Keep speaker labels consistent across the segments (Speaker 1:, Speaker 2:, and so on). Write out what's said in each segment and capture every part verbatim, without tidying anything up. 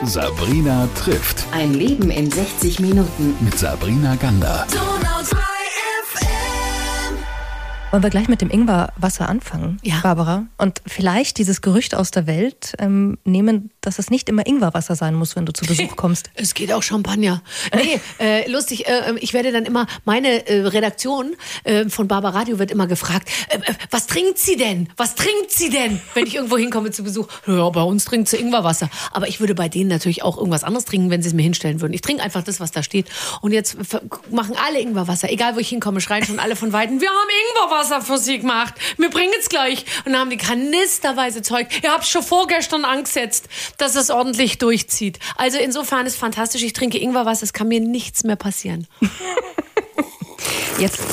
Speaker 1: Sabrina trifft.
Speaker 2: Ein Leben in sechzig Minuten.
Speaker 1: Mit Sabrina Gander.
Speaker 3: Wollen wir gleich mit dem Ingwerwasser anfangen,
Speaker 4: ja.
Speaker 3: Barbara? Und vielleicht dieses Gerücht aus der Welt ähm, nehmen, dass es nicht immer Ingwerwasser sein muss, wenn du zu Besuch kommst.
Speaker 4: Es geht auch Champagner. Nee, äh, lustig, äh, ich werde dann immer, meine äh, Redaktion äh, von Barbara Radio wird immer gefragt, äh, äh, was trinkt sie denn? Was trinkt sie denn, wenn ich irgendwo hinkomme zu Besuch? Ja, bei uns trinkt sie Ingwerwasser. Aber ich würde bei denen natürlich auch irgendwas anderes trinken, wenn sie es mir hinstellen würden. Ich trinke einfach das, was da steht. Und jetzt machen alle Ingwerwasser, egal wo ich hinkomme, schreien schon alle von Weitem, wir haben Ingwerwasser für Sie gemacht. Wir bringen es gleich. Und dann haben die kanisterweise Zeug. Ihr habt schon vorgestern angesetzt, dass es ordentlich durchzieht. Also insofern ist fantastisch. Ich trinke Ingwerwasser. Es kann mir nichts mehr passieren.
Speaker 3: Jetzt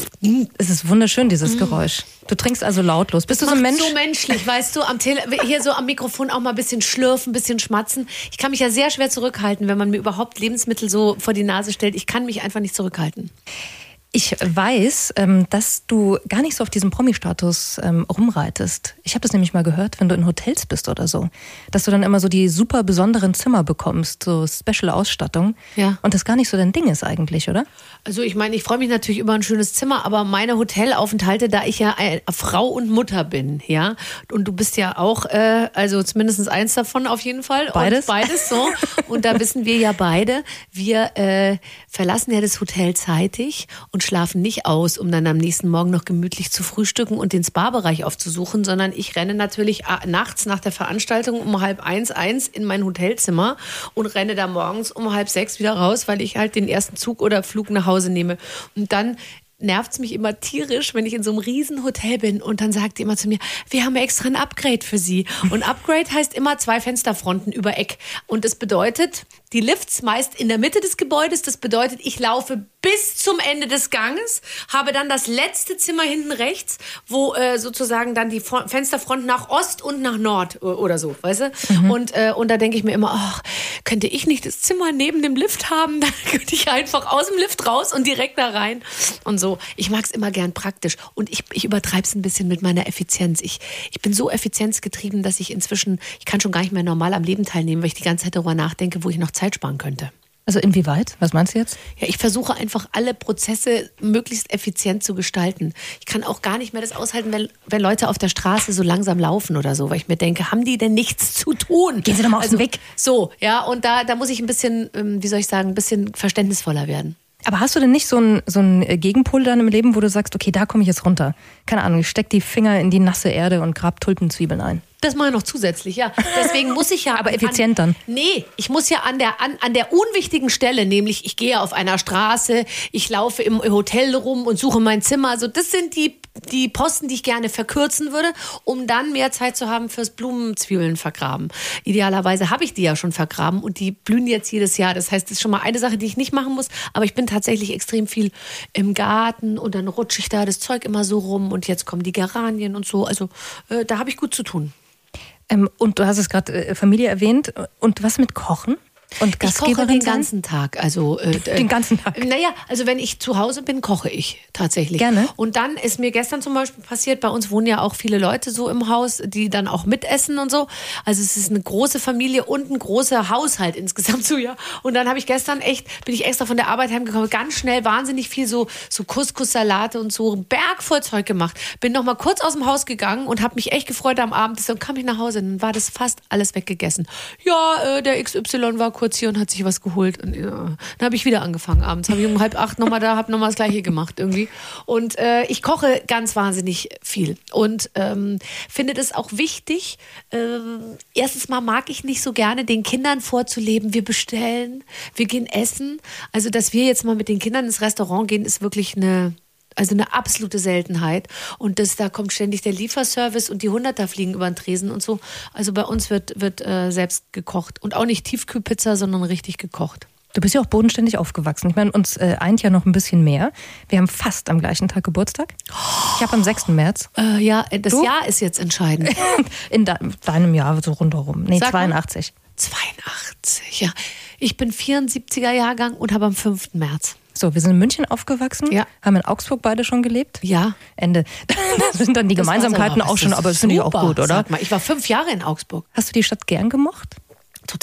Speaker 3: es ist wunderschön, dieses mm. Geräusch. Du trinkst also lautlos. Bist du so ein Mensch?
Speaker 4: So menschlich, weißt du, am Tele- hier so am Mikrofon auch mal ein bisschen schlürfen, ein bisschen schmatzen. Ich kann mich ja sehr schwer zurückhalten, wenn man mir überhaupt Lebensmittel so vor die Nase stellt. Ich kann mich einfach nicht zurückhalten.
Speaker 3: Ich weiß, ähm, dass du gar nicht so auf diesem Promi-Status ähm, rumreitest. Ich habe das nämlich mal gehört, wenn du in Hotels bist oder so, dass du dann immer so die super besonderen Zimmer bekommst, so Special-Ausstattung.
Speaker 4: Ja.
Speaker 3: Und das gar nicht so dein Ding ist eigentlich, oder?
Speaker 4: Also ich meine, ich freue mich natürlich über ein schönes Zimmer, aber meine Hotelaufenthalte, da ich ja eine Frau und Mutter bin, ja, und du bist ja auch, äh, also zumindest eins davon auf jeden Fall.
Speaker 3: Beides?
Speaker 4: Und beides, so. Und da wissen wir ja beide, wir äh, verlassen ja das Hotel zeitig und schlafen nicht aus, um dann am nächsten Morgen noch gemütlich zu frühstücken und den Spa-Bereich aufzusuchen, sondern ich renne natürlich nachts nach der Veranstaltung um halb eins, eins in mein Hotelzimmer und renne da morgens um halb sechs wieder raus, weil ich halt den ersten Zug oder Flug nach Hause nehme. Und dann nervt es mich immer tierisch, wenn ich in so einem riesen Hotel bin und dann sagt die immer zu mir, wir haben extra ein Upgrade für Sie. Und Upgrade heißt immer zwei Fensterfronten über Eck. Und das bedeutet, die Lifts meist in der Mitte des Gebäudes. Das bedeutet, ich laufe bis zum Ende des Ganges, habe dann das letzte Zimmer hinten rechts, wo äh, sozusagen dann die Fron- Fensterfront nach Ost und nach Nord oder so, weißt du? Mhm. Und, äh, und da denke ich mir immer, ach, könnte ich nicht das Zimmer neben dem Lift haben? Dann könnte ich einfach aus dem Lift raus und direkt da rein und so. Ich mag es immer gern praktisch und ich, ich übertreibe es ein bisschen mit meiner Effizienz. Ich, ich bin so effizienzgetrieben, dass ich inzwischen, ich kann schon gar nicht mehr normal am Leben teilnehmen, weil ich die ganze Zeit darüber nachdenke, wo ich noch Zeit sparen könnte.
Speaker 3: Also inwieweit? Was meinst du jetzt?
Speaker 4: Ja, ich versuche einfach alle Prozesse möglichst effizient zu gestalten. Ich kann auch gar nicht mehr das aushalten, wenn, wenn Leute auf der Straße so langsam laufen oder so, weil ich mir denke, haben die denn nichts zu tun?
Speaker 3: Gehen Sie doch mal aus
Speaker 4: also,
Speaker 3: dem Weg.
Speaker 4: So, ja, und da, da muss ich ein bisschen, wie soll ich sagen, ein bisschen verständnisvoller werden.
Speaker 3: Aber hast du denn nicht so einen so einen Gegenpol dann im Leben, wo du sagst, okay, da komme ich jetzt runter? Keine Ahnung, ich steck die Finger in die nasse Erde und grab Tulpenzwiebeln ein.
Speaker 4: Das mache ich noch zusätzlich, ja. Deswegen muss ich ja...
Speaker 3: Aber effizient dann?
Speaker 4: Nee, ich muss ja an der, an, an der unwichtigen Stelle, nämlich ich gehe auf einer Straße, ich laufe im Hotel rum und suche mein Zimmer. Also das sind die, die Posten, die ich gerne verkürzen würde, um dann mehr Zeit zu haben fürs Blumenzwiebeln vergraben. Idealerweise habe ich die ja schon vergraben und die blühen jetzt jedes Jahr. Das heißt, das ist schon mal eine Sache, die ich nicht machen muss. Aber ich bin tatsächlich extrem viel im Garten und dann rutsche ich da das Zeug immer so rum und jetzt kommen die Geranien und so. Also äh, da habe ich gut zu tun.
Speaker 3: Ähm, und du hast es gerade äh, Familie erwähnt. Und was mit Kochen? Und Gastgeberin
Speaker 4: ich koche den
Speaker 3: sein?
Speaker 4: ganzen Tag. Also, äh,
Speaker 3: den ganzen Tag?
Speaker 4: Naja, also wenn ich zu Hause bin, koche ich tatsächlich.
Speaker 3: Gerne.
Speaker 4: Und dann ist mir gestern zum Beispiel passiert, bei uns wohnen ja auch viele Leute so im Haus, die dann auch mitessen und so. Also es ist eine große Familie und ein großer Haushalt insgesamt so, ja. Und dann habe ich gestern echt, bin ich extra von der Arbeit heimgekommen, ganz schnell wahnsinnig viel so, so Couscous-Salate und so, ein Berg voll Zeug gemacht. Bin noch mal kurz aus dem Haus gegangen und habe mich echt gefreut am Abend. Dann kam ich nach Hause, dann war das fast alles weggegessen. Ja, äh, der X Y war kurz hier und hat sich was geholt. Und, ja, dann habe ich wieder angefangen abends. Habe ich um halb acht nochmal da, habe nochmal das Gleiche gemacht irgendwie. Und äh, ich koche ganz wahnsinnig viel. Und ähm, finde das auch wichtig. Ähm, erstens mal mag ich nicht so gerne, den Kindern vorzuleben, wir bestellen, wir gehen essen. Also, dass wir jetzt mal mit den Kindern ins Restaurant gehen, ist wirklich eine... Also eine absolute Seltenheit. Und das, da kommt ständig der Lieferservice und die Hunderter fliegen über den Tresen und so. Also bei uns wird, wird äh, selbst gekocht. Und auch nicht Tiefkühlpizza, sondern richtig gekocht.
Speaker 3: Du bist ja auch bodenständig aufgewachsen. Ich meine, uns äh, eint ja noch ein bisschen mehr. Wir haben fast am gleichen Tag Geburtstag. Ich habe am sechsten März.
Speaker 4: Äh, ja, das
Speaker 3: Du?
Speaker 4: Jahr ist jetzt entscheidend.
Speaker 3: In de- deinem Jahr so rundherum. Nee,
Speaker 4: Sag mal.
Speaker 3: zweiundachtzig.
Speaker 4: zweiundachtzig, ja. Ich bin vierundsiebziger Jahrgang und habe am fünften März.
Speaker 3: So, wir sind in München aufgewachsen,
Speaker 4: Ja.
Speaker 3: haben in Augsburg beide schon gelebt.
Speaker 4: Ja.
Speaker 3: Ende. Das sind dann die
Speaker 4: Das war's
Speaker 3: Gemeinsamkeiten
Speaker 4: aber.
Speaker 3: auch schon,
Speaker 4: Das
Speaker 3: aber
Speaker 4: ist
Speaker 3: das finde ich auch
Speaker 4: super.
Speaker 3: gut, oder?
Speaker 4: Sag mal, ich war fünf Jahre in Augsburg.
Speaker 3: Hast du die Stadt gern gemocht?
Speaker 4: Total.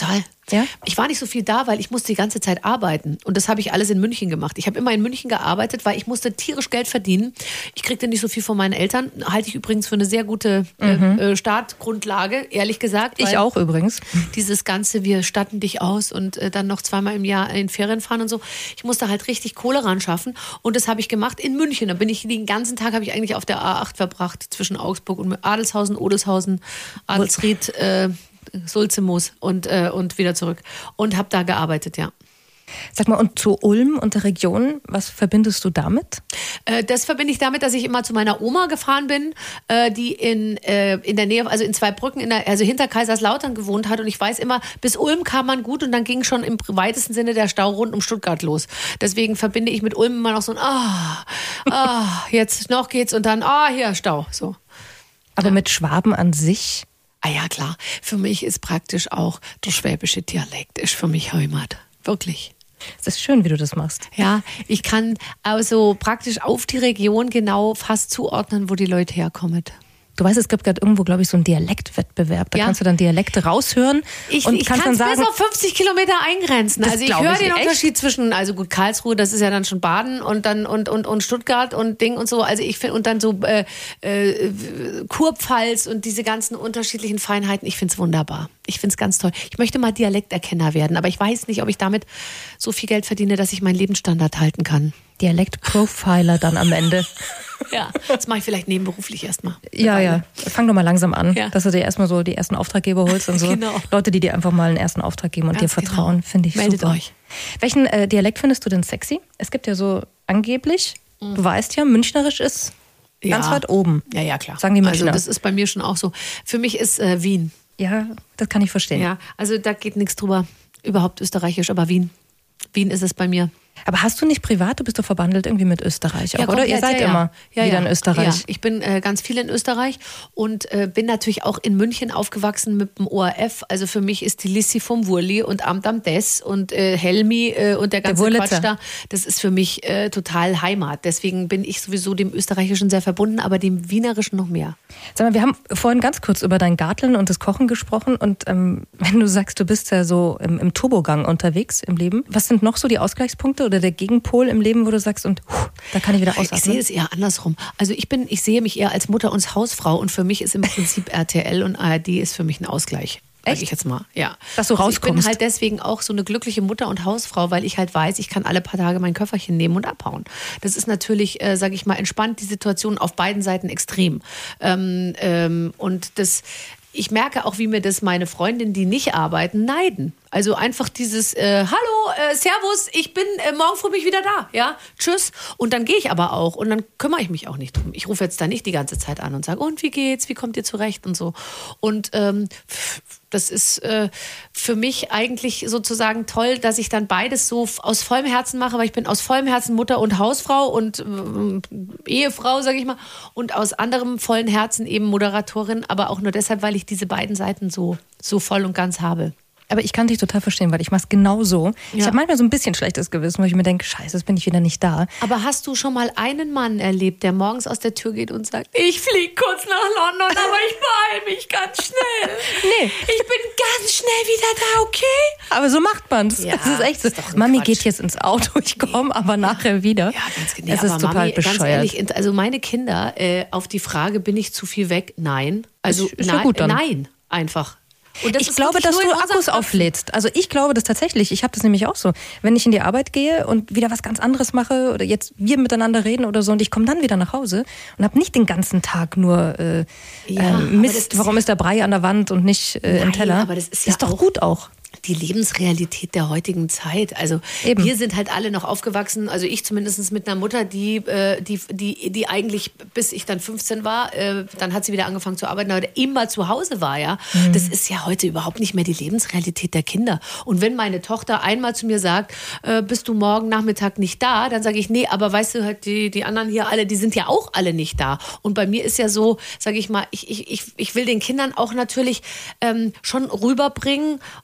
Speaker 3: Ja?
Speaker 4: Ich war nicht so viel da, weil ich musste die ganze Zeit arbeiten. Und das habe ich alles in München gemacht. Ich habe immer in München gearbeitet, weil ich musste tierisch Geld verdienen. Ich kriegte nicht so viel von meinen Eltern. Halte ich übrigens für eine sehr gute mhm. äh, Startgrundlage, ehrlich gesagt.
Speaker 3: Ich auch übrigens.
Speaker 4: Dieses Ganze, wir statten dich aus und äh, dann noch zweimal im Jahr in Ferien fahren und so. Ich musste halt richtig Kohle ran schaffen. Und das habe ich gemacht in München. Da bin ich den ganzen Tag, habe ich eigentlich auf der A acht verbracht, zwischen Augsburg und Adelshausen, Odelshausen, Adelsried, äh, Sulzemoos und, äh, und wieder zurück. Und habe da gearbeitet, ja.
Speaker 3: Sag mal, und zu Ulm und der Region, was verbindest du damit?
Speaker 4: Äh, das verbinde ich damit, dass ich immer zu meiner Oma gefahren bin, äh, die in, äh, in der Nähe, also in Zweibrücken, in der, also hinter Kaiserslautern gewohnt hat. Und ich weiß immer, bis Ulm kam man gut und dann ging schon im weitesten Sinne der Stau rund um Stuttgart los. Deswegen verbinde ich mit Ulm immer noch so ein, ah, ah, jetzt noch geht's und dann, ah, hier, Stau, so.
Speaker 3: Aber ja. Mit Schwaben an sich?
Speaker 4: Ah ja, klar. Für mich ist praktisch auch der schwäbische Dialekt, ist für mich Heimat. Wirklich.
Speaker 3: Es ist schön, wie du das machst.
Speaker 4: Ja, ich kann also praktisch auf die Region genau fast zuordnen, wo die Leute herkommen.
Speaker 3: Du weißt, es gibt gerade irgendwo, glaube ich, so einen Dialektwettbewerb. Da ja. kannst du dann Dialekte raushören.
Speaker 4: Ich,
Speaker 3: und
Speaker 4: ich
Speaker 3: kannst
Speaker 4: kann
Speaker 3: dann
Speaker 4: es bis auf fünfzig Kilometer eingrenzen. Also ich höre den
Speaker 3: echt?
Speaker 4: Unterschied zwischen, also gut, Karlsruhe, das ist ja dann schon Baden und dann und, und, und Stuttgart und Ding und so. Also ich finde, und dann so äh, äh, Kurpfalz und diese ganzen unterschiedlichen Feinheiten. Ich finde es wunderbar. Ich finde es ganz toll. Ich möchte mal Dialekterkenner werden, aber ich weiß nicht, ob ich damit so viel Geld verdiene, dass ich meinen Lebensstandard halten kann.
Speaker 3: Dialektprofiler dann am Ende.
Speaker 4: Ja, das mache ich vielleicht nebenberuflich erstmal.
Speaker 3: Ja, ja. Fang doch mal langsam an,
Speaker 4: ja.
Speaker 3: dass du dir erstmal so die ersten Auftraggeber holst und so.
Speaker 4: Genau.
Speaker 3: Leute, die dir einfach mal einen ersten Auftrag geben und
Speaker 4: Ganz
Speaker 3: dir vertrauen,
Speaker 4: genau.
Speaker 3: finde ich
Speaker 4: Meldet
Speaker 3: super.
Speaker 4: euch.
Speaker 3: Welchen äh, Dialekt findest du denn sexy? Es gibt ja so angeblich, mhm. du weißt ja, münchnerisch ist
Speaker 4: ja.
Speaker 3: ganz weit oben.
Speaker 4: Ja, ja, klar.
Speaker 3: Sagen die Münchner.
Speaker 4: Also das ist bei mir schon auch so. Für mich ist äh, Wien.
Speaker 3: Ja, das kann ich verstehen.
Speaker 4: Ja, also da geht nichts drüber. Überhaupt österreichisch, aber Wien. Wien ist es bei mir.
Speaker 3: Aber hast du nicht privat, du bist doch verbandelt irgendwie mit Österreich auch,
Speaker 4: ja,
Speaker 3: oder?
Speaker 4: komplett,
Speaker 3: Ihr seid
Speaker 4: ja,
Speaker 3: immer
Speaker 4: ja.
Speaker 3: wieder
Speaker 4: ja,
Speaker 3: in Österreich.
Speaker 4: Ja, ich bin äh, ganz viel in Österreich und äh, bin natürlich auch in München aufgewachsen mit dem O R F. Also für mich ist die Lissi vom Wurli und Amt am Dess und äh, Helmi äh, und der ganze
Speaker 3: der
Speaker 4: Quatsch da. Das ist für mich äh, total Heimat. Deswegen bin ich sowieso dem Österreichischen sehr verbunden, aber dem Wienerischen noch mehr.
Speaker 3: Sag mal, wir haben vorhin ganz kurz über dein Garteln und das Kochen gesprochen und ähm, wenn du sagst, du bist ja so im, im Turbogang unterwegs im Leben, was sind noch so die Ausgleichspunkte oder der Gegenpol im Leben, wo du sagst, und huh, da kann ich wieder ausatmen?
Speaker 4: Ich sehe es eher andersrum. Also ich bin, ich sehe mich eher als Mutter und Hausfrau und für mich ist im Prinzip R T L und A R D ist für mich ein Ausgleich. Sag ich jetzt mal, ja.
Speaker 3: Dass du rauskommst.
Speaker 4: Also ich bin halt deswegen auch so eine glückliche Mutter und Hausfrau, weil ich halt weiß, ich kann alle paar Tage mein Köfferchen nehmen und abhauen. Das ist natürlich, äh, sage ich mal, entspannt die Situation auf beiden Seiten extrem. Ähm, ähm, und das, ich merke auch, wie mir das meine Freundinnen, die nicht arbeiten, neiden. Also einfach dieses, äh, hallo, äh, servus, ich bin äh, morgen früh bin ich wieder da, ja, tschüss. Und dann gehe ich aber auch und dann kümmere ich mich auch nicht drum. Ich rufe jetzt da nicht die ganze Zeit an und sage, und wie geht's, wie kommt ihr zurecht und so. Und ähm, das ist äh, für mich eigentlich sozusagen toll, dass ich dann beides so aus vollem Herzen mache, weil ich bin aus vollem Herzen Mutter und Hausfrau und äh, Ehefrau, sage ich mal, und aus anderem vollen Herzen eben Moderatorin, aber auch nur deshalb, weil ich diese beiden Seiten so, so voll und ganz habe.
Speaker 3: Aber ich kann dich total verstehen, weil ich mache es genau so. Ja. Ich habe manchmal so ein bisschen schlechtes Gewissen, weil ich mir denke, scheiße, jetzt bin ich wieder nicht da.
Speaker 4: Aber hast du schon mal einen Mann erlebt, der morgens aus der Tür geht und sagt, ich fliege kurz nach London, aber ich beeile mich ganz schnell.
Speaker 3: Nee.
Speaker 4: Ich bin ganz schnell wieder da, okay?
Speaker 3: Aber so macht man's.
Speaker 4: Ja,
Speaker 3: das ist echt so.
Speaker 4: Ist
Speaker 3: Mami
Speaker 4: Quatsch.
Speaker 3: geht jetzt ins Auto, ich komme nee. aber nachher wieder.
Speaker 4: Ja, ganz genau.
Speaker 3: Es ist
Speaker 4: aber
Speaker 3: total
Speaker 4: Mami,
Speaker 3: bescheuert.
Speaker 4: Ganz ehrlich, also meine Kinder, äh, auf die Frage, bin ich zu viel weg? Nein. Also
Speaker 3: ist, ist
Speaker 4: nein,
Speaker 3: ja gut dann.
Speaker 4: nein, einfach. Und das
Speaker 3: ich
Speaker 4: ist
Speaker 3: glaube, dass du Akkus auflädst. Also ich glaube das tatsächlich. Ich habe das nämlich auch so. Wenn ich in die Arbeit gehe und wieder was ganz anderes mache oder jetzt wir miteinander reden oder so und ich komme dann wieder nach Hause und habe nicht den ganzen Tag nur äh,
Speaker 4: ja,
Speaker 3: äh, Mist,
Speaker 4: ist
Speaker 3: warum ist der Brei an der Wand und nicht äh,
Speaker 4: nein,
Speaker 3: im Teller.
Speaker 4: Aber das ist, ja
Speaker 3: ist doch
Speaker 4: auch
Speaker 3: gut auch.
Speaker 4: Die Lebensrealität der heutigen Zeit. Also
Speaker 3: Eben.
Speaker 4: wir sind halt alle noch aufgewachsen, also ich zumindest mit einer Mutter, die, äh, die, die, die eigentlich, bis ich dann fünfzehn war, äh, dann hat sie wieder angefangen zu arbeiten, aber immer zu Hause war, ja. Mhm. Das ist ja heute überhaupt nicht mehr die Lebensrealität der Kinder. Und wenn meine Tochter einmal zu mir sagt, äh, bist du morgen Nachmittag nicht da, dann sage ich, nee, aber weißt du, halt die, die anderen hier alle, die sind ja auch alle nicht da. Und bei mir ist ja so, sage ich mal, ich, ich, ich, ich will den Kindern auch natürlich ähm, schon rüberbringen, ähm,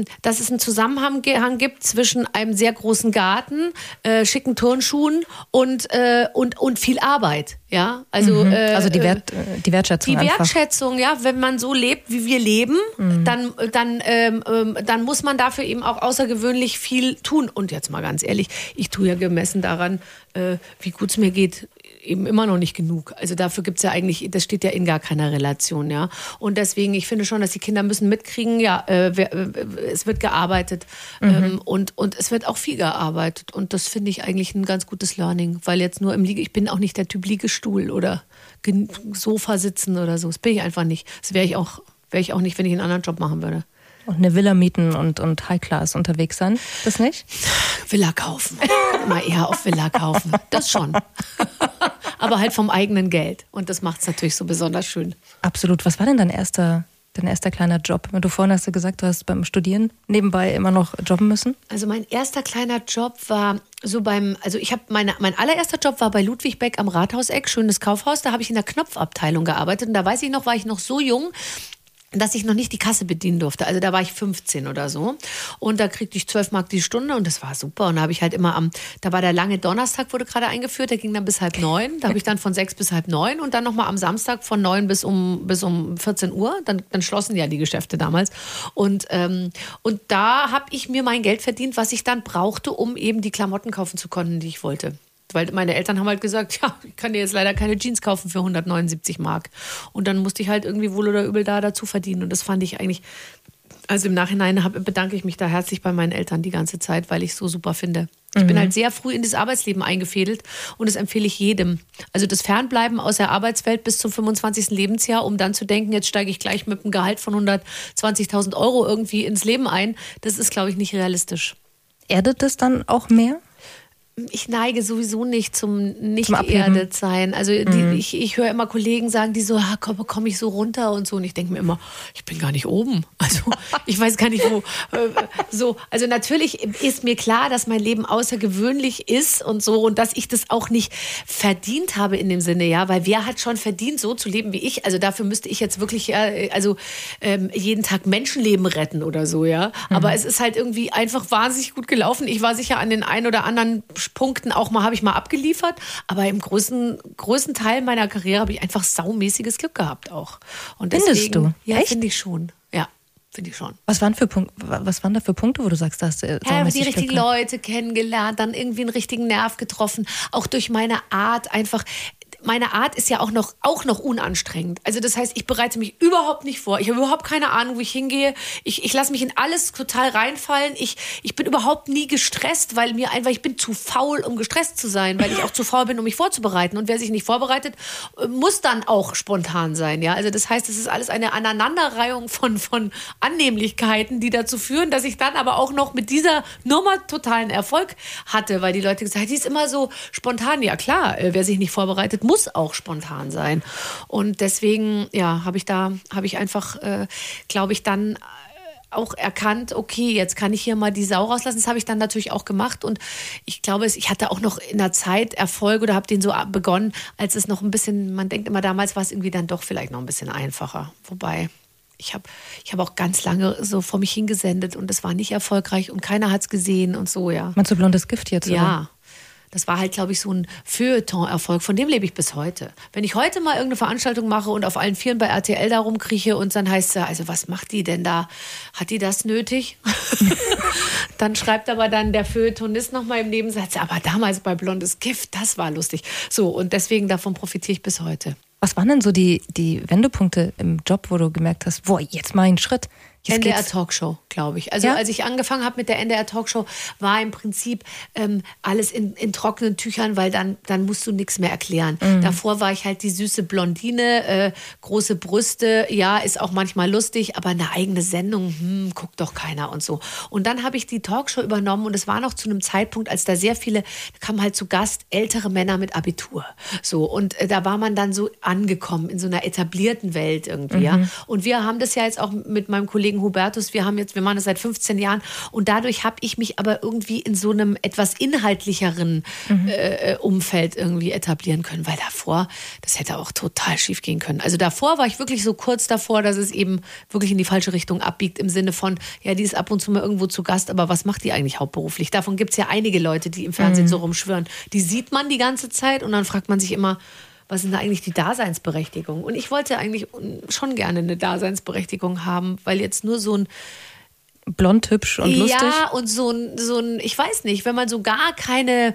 Speaker 4: dass es einen Zusammenhang gibt zwischen einem sehr großen Garten, äh, schicken Turnschuhen und, äh, und, und viel Arbeit. Ja, also,
Speaker 3: mhm.
Speaker 4: äh,
Speaker 3: also die, Wert, die Wertschätzung.
Speaker 4: Die
Speaker 3: einfach.
Speaker 4: Wertschätzung, ja, wenn man so lebt, wie wir leben, mhm. dann, dann, ähm, ähm, dann muss man dafür eben auch außergewöhnlich viel tun. Und jetzt mal ganz ehrlich, ich tue ja gemessen daran, äh, wie gut es mir geht, eben immer noch nicht genug. Also dafür gibt es ja eigentlich, das steht ja in gar keiner Relation, ja. Und deswegen, ich finde schon, dass die Kinder müssen mitkriegen, ja, äh, wer, äh, es wird gearbeitet mhm. ähm, und, und es wird auch viel gearbeitet. Und das finde ich eigentlich ein ganz gutes Learning, weil jetzt nur im Liege, ich bin auch nicht der Typ Liegestuhl oder Sofa sitzen oder so. Das bin ich einfach nicht. Das wäre ich auch, wäre ich auch nicht, wenn ich einen anderen Job machen würde.
Speaker 3: Und eine Villa mieten und, und High-Class unterwegs sein, das nicht?
Speaker 4: Villa kaufen. Immer eher auf Villa kaufen. Das schon. Aber halt vom eigenen Geld. Und das macht es natürlich so besonders schön.
Speaker 3: Absolut. Was war denn dein erster, dein erster kleiner Job? Du vorhin hast du gesagt, du hast beim Studieren nebenbei immer noch jobben müssen.
Speaker 4: Also mein erster kleiner Job war so beim, also ich habe meine, mein allererster Job war bei Ludwig Beck am Rathauseck, schönes Kaufhaus. Da habe ich in der Knopfabteilung gearbeitet. Und da weiß ich noch, war ich noch so jung, dass ich noch nicht die Kasse bedienen durfte. Also da war ich fünfzehn oder so. Und da kriegte ich zwölf Mark die Stunde und das war super. Und da habe ich halt immer am, da war der lange Donnerstag, wurde gerade eingeführt, der ging dann bis halb neun. Da habe ich dann von sechs bis halb neun und dann nochmal am Samstag von neun bis um, bis um vierzehn Uhr. Dann, dann schlossen ja die Geschäfte damals. Und, ähm, und da habe ich mir mein Geld verdient, was ich dann brauchte, um eben die Klamotten kaufen zu können, die ich wollte. Weil meine Eltern haben halt gesagt, ja, ich kann dir jetzt leider keine Jeans kaufen für hundertneunundsiebzig Mark. Und dann musste ich halt irgendwie wohl oder übel da dazu verdienen. Und das fand ich eigentlich, also im Nachhinein hab, bedanke ich mich da herzlich bei meinen Eltern die ganze Zeit, weil ich es so super finde. Ich mhm. bin halt sehr früh in das Arbeitsleben eingefädelt und das empfehle ich jedem. Also das Fernbleiben aus der Arbeitswelt bis zum fünfundzwanzigsten Lebensjahr, um dann zu denken, jetzt steige ich gleich mit einem Gehalt von hundertzwanzigtausend Euro irgendwie ins Leben ein, das ist, glaube ich, nicht realistisch.
Speaker 3: Erdet es dann auch mehr?
Speaker 4: Ich neige sowieso nicht zum nicht geerdet sein. Also die, mhm. ich, ich höre immer Kollegen sagen, die so, ah, komm, komm ich so runter und so. Und ich denke mir immer, ich bin gar nicht oben. Also ich weiß gar nicht, wo. Äh, so, also natürlich ist mir klar, dass mein Leben außergewöhnlich ist und so und dass ich das auch nicht verdient habe in dem Sinne, ja, weil wer hat schon verdient, so zu leben wie ich? Also dafür müsste ich jetzt wirklich, ja, also ähm, jeden Tag Menschenleben retten oder so, ja. Mhm. Aber es ist halt irgendwie einfach wahnsinnig gut gelaufen. Ich war sicher an den ein oder anderen Punkten auch mal, habe ich mal abgeliefert, aber im größten, größten Teil meiner Karriere habe ich einfach saumäßiges Glück gehabt auch. Und deswegen,
Speaker 3: Findest du?
Speaker 4: Ja, finde ich schon. Ja, finde ich schon.
Speaker 3: Was waren, für Punkt, was waren da für Punkte, wo du sagst, dass du
Speaker 4: ja, die richtigen Leute kennengelernt, dann irgendwie einen richtigen Nerv getroffen, auch durch meine Art einfach. Meine Art ist ja auch noch, auch noch unanstrengend. Also das heißt, ich bereite mich überhaupt nicht vor. Ich habe überhaupt keine Ahnung, wo ich hingehe. Ich, ich lasse mich in alles total reinfallen. Ich, ich bin überhaupt nie gestresst, weil mir einfach, ich bin zu faul, um gestresst zu sein, weil ich auch zu faul bin, um mich vorzubereiten. Und wer sich nicht vorbereitet, muss dann auch spontan sein. Ja? Also das heißt, es ist alles eine Aneinanderreihung von, von Annehmlichkeiten, die dazu führen, dass ich dann aber auch noch mit dieser Nummer totalen Erfolg hatte, weil die Leute gesagt haben, die ist immer so spontan. Ja klar, wer sich nicht vorbereitet, muss auch spontan sein. Und deswegen, ja, habe ich da, habe ich einfach, äh, glaube ich, dann auch erkannt, okay, jetzt kann ich hier mal die Sau rauslassen. Das habe ich dann natürlich auch gemacht. Und ich glaube, ich hatte auch noch in der Zeit Erfolg oder habe den so begonnen, als es noch ein bisschen, man denkt immer, damals war es irgendwie dann doch vielleicht noch ein bisschen einfacher. Wobei, ich habe ich hab auch ganz lange so vor mich hingesendet und es war nicht erfolgreich und keiner hat es gesehen und so, ja.
Speaker 3: Meinst du blondes Gift jetzt?
Speaker 4: Ja.
Speaker 3: Oder?
Speaker 4: Das war halt, glaube ich, so ein Feuilleton-Erfolg. Von dem lebe ich bis heute. Wenn ich heute mal irgendeine Veranstaltung mache und auf allen Vieren bei R T L da rumkrieche und dann heißt es, also was macht die denn da? Hat die das nötig? Dann schreibt aber dann der Feuilletonist nochmal im Nebensatz, aber damals bei Blondes Gift, das war lustig. So, und deswegen davon profitiere ich bis heute.
Speaker 3: Was waren denn so die, die Wendepunkte im Job, wo du gemerkt hast, boah, jetzt mal einen Schritt? Jetzt
Speaker 4: N D R-Talkshow, glaube ich. Also ja? Als ich angefangen habe mit der N D R-Talkshow, war im Prinzip ähm, alles in, in trockenen Tüchern, weil dann, dann musst du nichts mehr erklären. Mhm. Davor war ich halt die süße Blondine, äh, große Brüste, ja, ist auch manchmal lustig, aber eine eigene Sendung, hm, guckt doch keiner und so. Und dann habe ich die Talkshow übernommen und es war noch zu einem Zeitpunkt, als da sehr viele, da kamen halt zu Gast ältere Männer mit Abitur. So, und äh, da war man dann so angekommen in so einer etablierten Welt irgendwie, mhm. ja. Und wir haben das ja jetzt auch mit meinem Kollegen Hubertus, wir haben jetzt, wir machen das seit fünfzehn Jahren und dadurch habe ich mich aber irgendwie in so einem etwas inhaltlicheren mhm. äh, Umfeld irgendwie etablieren können, weil davor, das hätte auch total schief gehen können. Also davor war ich wirklich so kurz davor, dass es eben wirklich in die falsche Richtung abbiegt, im Sinne von, ja, die ist ab und zu mal irgendwo zu Gast, aber was macht die eigentlich hauptberuflich? Davon gibt es ja einige Leute, die im Fernsehen mhm. so rumschwören. Die sieht man die ganze Zeit und dann fragt man sich immer, was ist denn eigentlich die Daseinsberechtigung? Und ich wollte eigentlich schon gerne eine Daseinsberechtigung haben, weil jetzt nur so ein
Speaker 3: blond, hübsch und lustig.
Speaker 4: Ja, und so ein, so ein, ich weiß nicht, wenn man so gar keine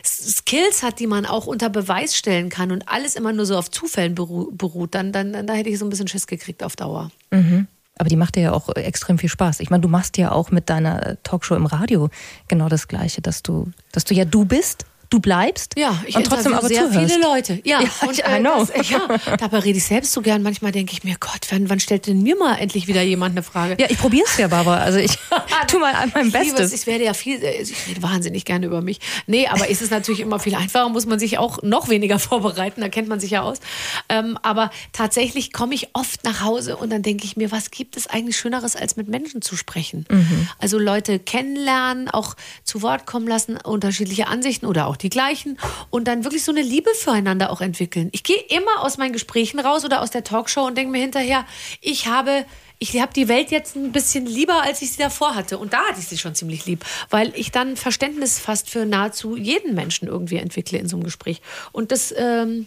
Speaker 4: Skills hat, die man auch unter Beweis stellen kann und alles immer nur so auf Zufällen beru- beruht, dann, dann, dann da hätte ich so ein bisschen Schiss gekriegt auf Dauer.
Speaker 3: Mhm. Aber die macht dir ja auch extrem viel Spaß. Ich meine, du machst ja auch mit deiner Talkshow im Radio genau das Gleiche, dass du, dass du ja du bist. Du bleibst
Speaker 4: ja, ich
Speaker 3: und trotzdem aber
Speaker 4: sehr
Speaker 3: zuhörst.
Speaker 4: viele Leute. Ja,
Speaker 3: ja
Speaker 4: und,
Speaker 3: I know.
Speaker 4: Das, ja, dabei rede ich selbst so gern. Manchmal denke ich mir, Gott, wann, wann stellt denn mir mal endlich wieder jemand eine Frage?
Speaker 3: Ja, ich probiere es ja, Barbara. Also ich tue mal mein Bestes.
Speaker 4: Ich werde ja viel, ich rede wahnsinnig gerne über mich. Nee, aber ist es natürlich immer viel einfacher, muss man sich auch noch weniger vorbereiten, da kennt man sich ja aus. Ähm, aber tatsächlich komme ich oft nach Hause und dann denke ich mir, was gibt es eigentlich Schöneres, als mit Menschen zu sprechen? Mhm. Also Leute kennenlernen, auch zu Wort kommen lassen, unterschiedliche Ansichten oder auch die gleichen. Und dann wirklich so eine Liebe füreinander auch entwickeln. Ich gehe immer aus meinen Gesprächen raus oder aus der Talkshow und denke mir hinterher, ich habe, ich habe die Welt jetzt ein bisschen lieber, als ich sie davor hatte. Und da hatte ich sie schon ziemlich lieb, weil ich dann Verständnis fast für nahezu jeden Menschen irgendwie entwickle in so einem Gespräch. Und das, ähm,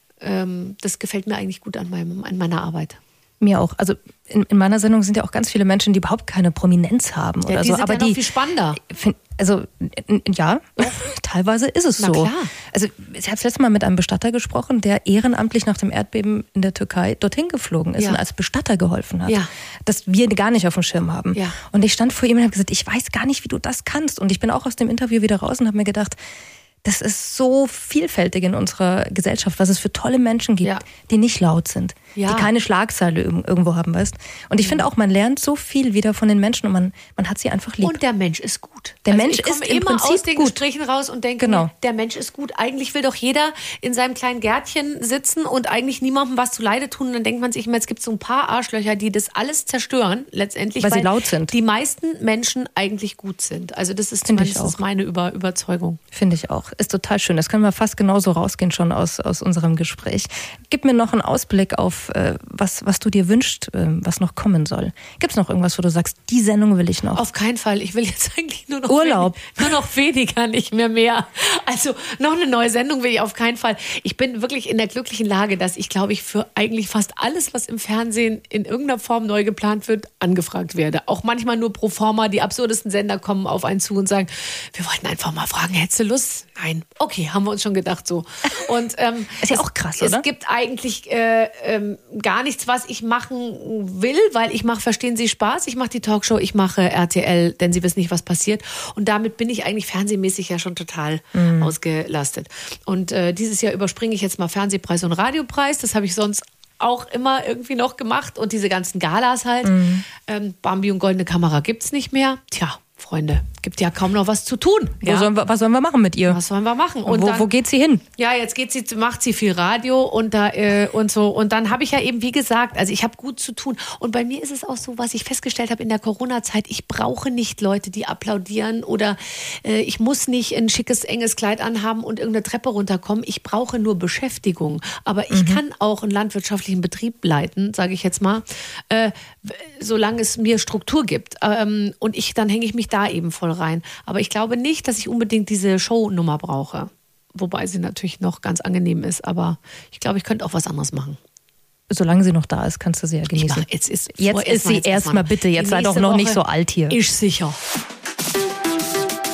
Speaker 4: ähm, das gefällt mir eigentlich gut an, meinem, an meiner Arbeit.
Speaker 3: Mir auch. Also in, in meiner Sendung sind ja auch ganz viele Menschen, die überhaupt keine Prominenz haben.
Speaker 4: Ja,
Speaker 3: oder
Speaker 4: die
Speaker 3: so.
Speaker 4: sind
Speaker 3: Aber
Speaker 4: ja noch
Speaker 3: die
Speaker 4: viel spannender.
Speaker 3: Find, also ja, teilweise ist es
Speaker 4: Na
Speaker 3: so.
Speaker 4: klar.
Speaker 3: Also ich habe das letzte Mal mit einem Bestatter gesprochen, der ehrenamtlich nach dem Erdbeben in der Türkei dorthin geflogen ist
Speaker 4: ja.
Speaker 3: und als Bestatter geholfen hat.
Speaker 4: Ja.
Speaker 3: Das wir gar nicht auf dem Schirm haben.
Speaker 4: Ja.
Speaker 3: Und ich stand vor ihm und habe gesagt, ich weiß gar nicht, wie du das kannst. Und ich bin auch aus dem Interview wieder raus und habe mir gedacht, das ist so vielfältig in unserer Gesellschaft, was es für tolle Menschen gibt,
Speaker 4: ja.
Speaker 3: die nicht laut sind,
Speaker 4: ja.
Speaker 3: die keine Schlagzeile irgendwo haben, weißt. Und ich finde auch, man lernt so viel wieder von den Menschen und man, man hat sie einfach lieb.
Speaker 4: Und der Mensch ist gut.
Speaker 3: Der
Speaker 4: also
Speaker 3: Mensch
Speaker 4: ich
Speaker 3: ist
Speaker 4: komme
Speaker 3: im
Speaker 4: immer
Speaker 3: Prinzip
Speaker 4: aus den
Speaker 3: gut.
Speaker 4: Gesprächen raus und denke
Speaker 3: genau.
Speaker 4: mir, der Mensch ist gut. Eigentlich will doch jeder in seinem kleinen Gärtchen sitzen und eigentlich niemandem was zuleide tun. Und dann denkt man sich immer, es gibt so ein paar Arschlöcher, die das alles zerstören, letztendlich.
Speaker 3: Weil,
Speaker 4: weil
Speaker 3: sie laut sind.
Speaker 4: Die meisten Menschen eigentlich gut sind. Also das ist
Speaker 3: Find
Speaker 4: zumindest meine Über- Überzeugung.
Speaker 3: Finde ich auch. Ist total schön. Das können wir fast genauso rausgehen schon aus, aus unserem Gespräch. Gib mir noch einen Ausblick auf, äh, was, was du dir wünschst, äh, was noch kommen soll. Gibt es noch irgendwas, wo du sagst, die Sendung will ich noch?
Speaker 4: Auf keinen Fall. Ich will jetzt eigentlich nur noch
Speaker 3: Urlaub.
Speaker 4: Wenig, nur noch weniger, nicht mehr mehr. Also noch eine neue Sendung will ich auf keinen Fall. Ich bin wirklich in der glücklichen Lage, dass ich, glaube ich, für eigentlich fast alles, was im Fernsehen in irgendeiner Form neu geplant wird, angefragt werde. Auch manchmal nur pro forma. Die absurdesten Sender kommen auf einen zu und sagen, wir wollten einfach mal fragen, hättest du Lust? Nein. Okay, haben wir uns schon gedacht so. Und ähm,
Speaker 3: ist ja auch krass,
Speaker 4: es,
Speaker 3: oder?
Speaker 4: Es gibt eigentlich äh, ähm, gar nichts, was ich machen will, weil ich mache Verstehen Sie Spaß, ich mache die Talkshow, ich mache R T L, denn Sie wissen nicht, was passiert. Und damit bin ich eigentlich fernsehmäßig ja schon total mhm. ausgelastet. Und äh, dieses Jahr überspringe ich jetzt mal Fernsehpreis und Radiopreis. Das habe ich sonst auch immer irgendwie noch gemacht. Und diese ganzen Galas halt. Mhm. Ähm, Bambi und Goldene Kamera gibt's nicht mehr. Tja, Freunde, gibt ja kaum noch was zu tun.
Speaker 3: Wo
Speaker 4: Ja?
Speaker 3: sollen wir, was sollen wir machen mit ihr?
Speaker 4: Was sollen wir machen?
Speaker 3: Und wo,
Speaker 4: dann,
Speaker 3: wo geht sie hin?
Speaker 4: Ja, jetzt geht sie, macht sie viel Radio und da äh, und so. Und dann habe ich ja eben, wie gesagt, also ich habe gut zu tun. Und bei mir ist es auch so, was ich festgestellt habe in der Corona-Zeit, ich brauche nicht Leute, die applaudieren oder äh, ich muss nicht ein schickes, enges Kleid anhaben und irgendeine Treppe runterkommen. Ich brauche nur Beschäftigung. Aber ich mhm. kann auch einen landwirtschaftlichen Betrieb leiten, sage ich jetzt mal, äh, solange es mir Struktur gibt. Ähm, und ich, dann hänge ich mich da eben voll rein. Aber ich glaube nicht, dass ich unbedingt diese Shownummer brauche. Wobei sie natürlich noch ganz angenehm ist. Aber ich glaube, ich könnte auch was anderes machen.
Speaker 3: Solange sie noch da ist, kannst du sie ja genießen.
Speaker 4: Mach, jetzt ist,
Speaker 3: jetzt ist sie erstmal bitte. Jetzt sei doch noch nicht so alt hier.
Speaker 4: Ist sicher.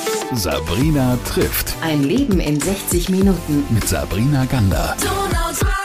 Speaker 1: Sabrina trifft.
Speaker 2: Ein Leben in sechzig Minuten.
Speaker 1: Mit Sabrina Gander.